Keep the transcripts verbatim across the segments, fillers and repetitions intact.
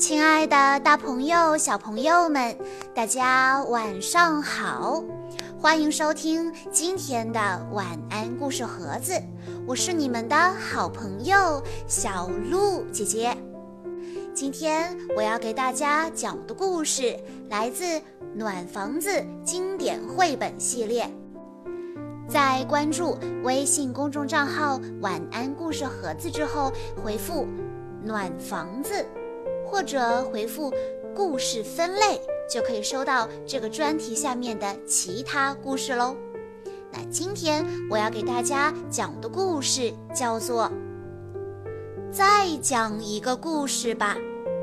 亲爱的大朋友、小朋友们，大家晚上好！欢迎收听今天的晚安故事盒子，我是你们的好朋友小鹿姐姐。今天我要给大家讲的故事来自暖房子经典绘本系列。在关注微信公众账号晚安故事盒子之后，回复暖房子或者回复故事分类，就可以收到这个专题下面的其他故事咯。那今天我要给大家讲的故事叫做再讲一个故事吧。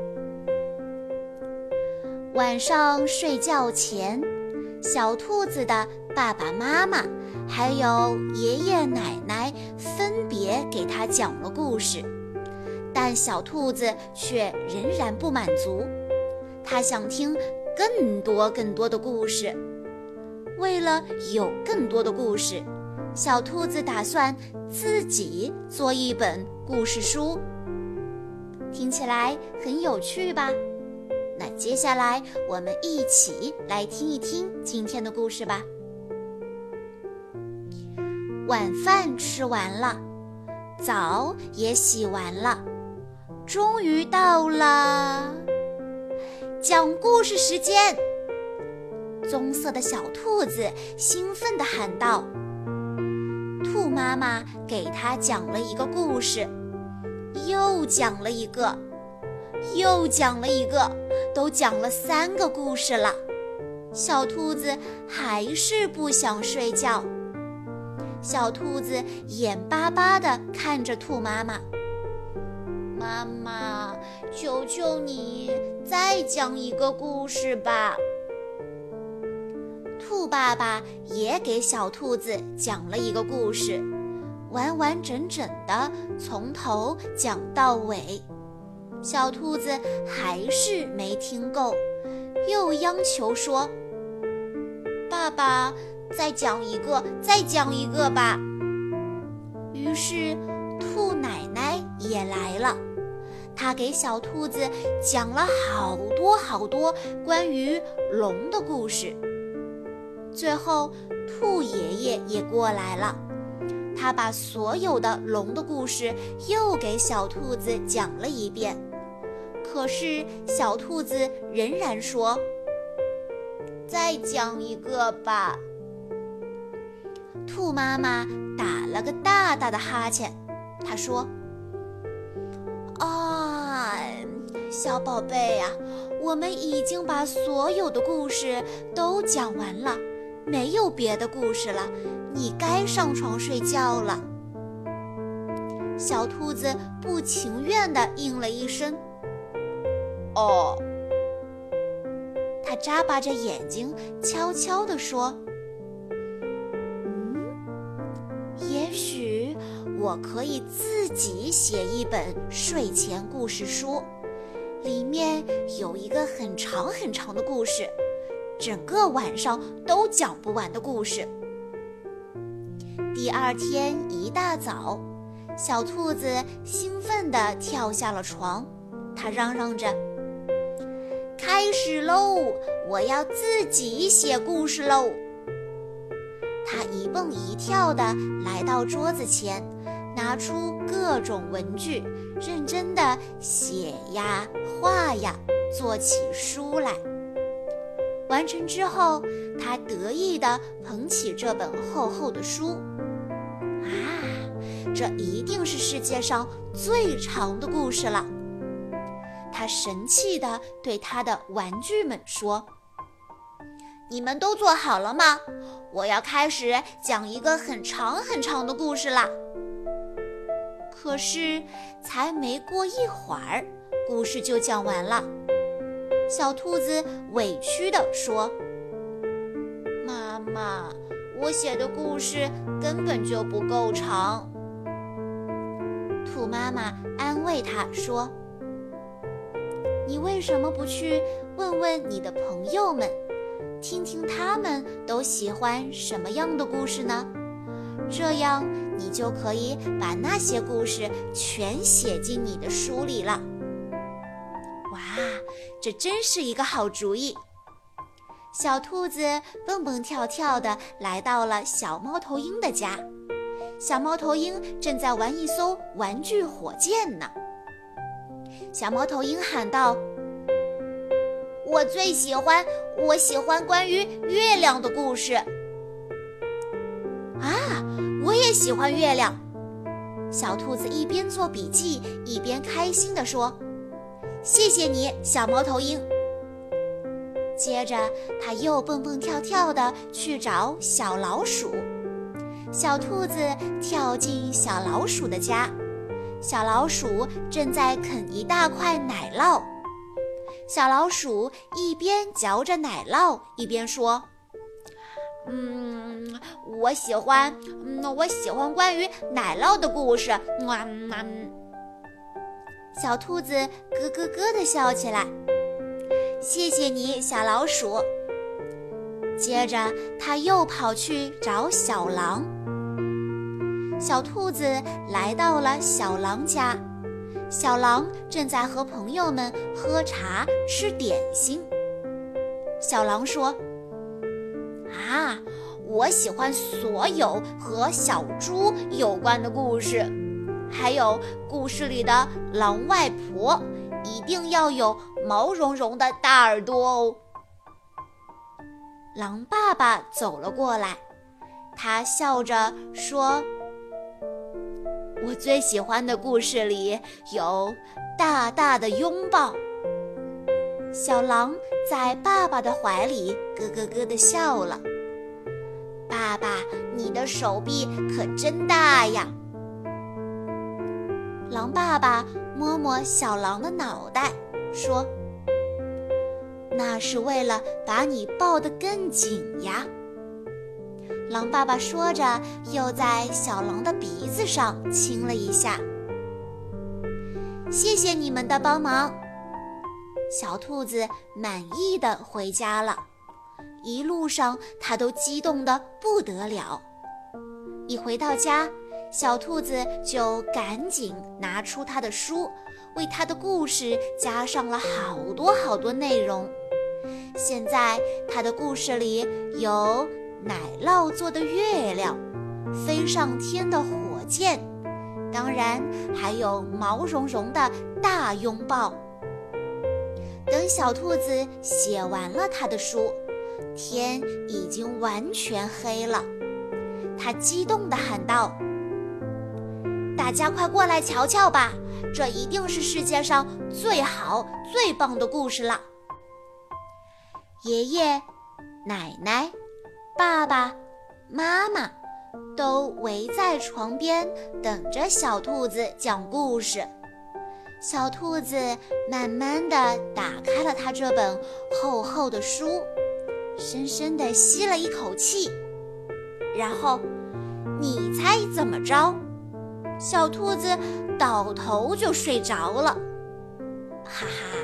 晚上睡觉前，小兔子的爸爸妈妈还有爷爷奶奶分别给他讲了故事，但小兔子却仍然不满足，他想听更多更多的故事。为了有更多的故事，小兔子打算自己做一本故事书。听起来很有趣吧？那接下来我们一起来听一听今天的故事吧。晚饭吃完了，澡也洗完了，终于到了讲故事时间。棕色的小兔子兴奋地喊道。兔妈妈给它讲了一个故事，又讲了一个，又讲了一个，都讲了三个故事了。小兔子还是不想睡觉。小兔子眼巴巴地看着兔妈妈，妈妈，求求你再讲一个故事吧。兔爸爸也给小兔子讲了一个故事，完完整整的从头讲到尾。小兔子还是没听够，又央求说，爸爸，再讲一个，再讲一个吧。于是兔奶奶也来了，她给小兔子讲了好多好多关于龙的故事。最后兔爷爷也过来了，他把所有的龙的故事又给小兔子讲了一遍。可是小兔子仍然说，再讲一个吧。兔妈妈打了个大大的哈欠，她说，啊，小宝贝啊，我们已经把所有的故事都讲完了，没有别的故事了，你该上床睡觉了。小兔子不情愿地应了一声，哦。它眨巴着眼睛，悄悄地说，也许我可以自己写一本睡前故事书，里面有一个很长很长的故事，整个晚上都讲不完的故事。第二天一大早，小兔子兴奋地跳下了床，它嚷嚷着，开始喽，我要自己写故事喽。他一蹦一跳地来到桌子前，拿出各种文具，认真地写呀画呀，做起书来。完成之后，他得意地捧起这本厚厚的书。啊，这一定是世界上最长的故事了。他神气地对他的玩具们说，你们都做好了吗？我要开始讲一个很长很长的故事啦。可是才没过一会儿，故事就讲完了。小兔子委屈地说，妈妈，我写的故事根本就不够长。兔妈妈安慰他说，你为什么不去问问你的朋友们，听听他们都喜欢什么样的故事呢？这样你就可以把那些故事全写进你的书里了。哇， 哇，这真是一个好主意！小兔子蹦蹦跳跳地来到了小猫头鹰的家。小猫头鹰正在玩一艘玩具火箭呢。小猫头鹰喊道：我最喜欢，我喜欢关于月亮的故事。啊，我也喜欢月亮。小兔子一边做笔记，一边开心地说：谢谢你，小猫头鹰。接着他又蹦蹦跳跳地去找小老鼠。小兔子跳进小老鼠的家，小老鼠正在啃一大块奶酪。小老鼠一边嚼着奶酪，一边说：嗯，我喜欢，嗯，我喜欢关于奶酪的故事。嗯嗯、小兔子咯咯咯地笑起来。谢谢你，小老鼠。接着他又跑去找小狼。小兔子来到了小狼家，小狼正在和朋友们喝茶吃点心。小狼说：啊，我喜欢所有和小猪有关的故事，还有故事里的狼外婆一定要有毛茸茸的大耳朵哦。狼爸爸走了过来，他笑着说：我最喜欢的故事里有大大的拥抱。小狼在爸爸的怀里咯咯咯地笑了。爸爸，你的手臂可真大呀！狼爸爸摸摸小狼的脑袋，说：那是为了把你抱得更紧呀。狼爸爸说着，又在小狼的鼻子上亲了一下。谢谢你们的帮忙。小兔子满意地回家了，一路上它都激动得不得了。一回到家，小兔子就赶紧拿出它的书，为它的故事加上了好多好多内容。现在它的故事里有奶酪做的月亮，飞上天的火箭，当然还有毛茸茸的大拥抱。等小兔子写完了他的书，天已经完全黑了。他激动地喊道：大家快过来瞧瞧吧，这一定是世界上最好最棒的故事了。爷爷、奶奶、爸爸妈妈都围在床边等着小兔子讲故事。小兔子慢慢地打开了它这本厚厚的书，深深地吸了一口气，然后你猜怎么着？小兔子倒头就睡着了。哈哈！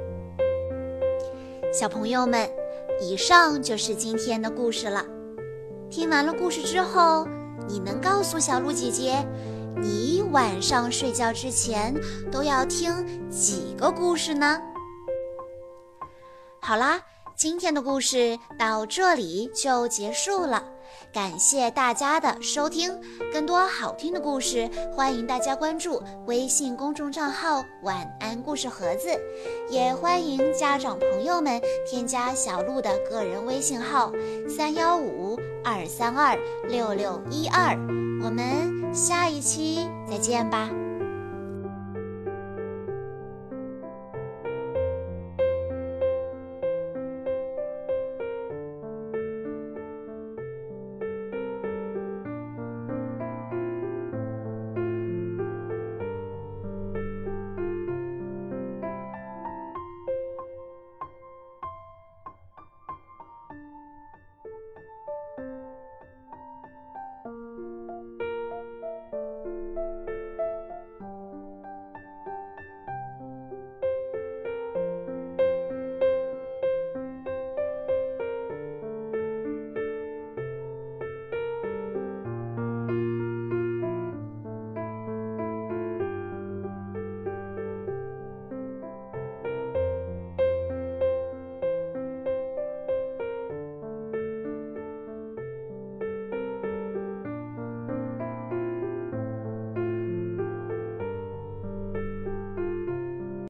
小朋友们，以上就是今天的故事了。听完了故事之后，你能告诉小鹿姐姐，你晚上睡觉之前都要听几个故事呢？好啦，今天的故事到这里就结束了，感谢大家的收听。更多好听的故事，欢迎大家关注微信公众账号晚安故事盒子，也欢迎家长朋友们添加小鹿的个人微信号三一五二三二六六一二，我们下一期再见吧。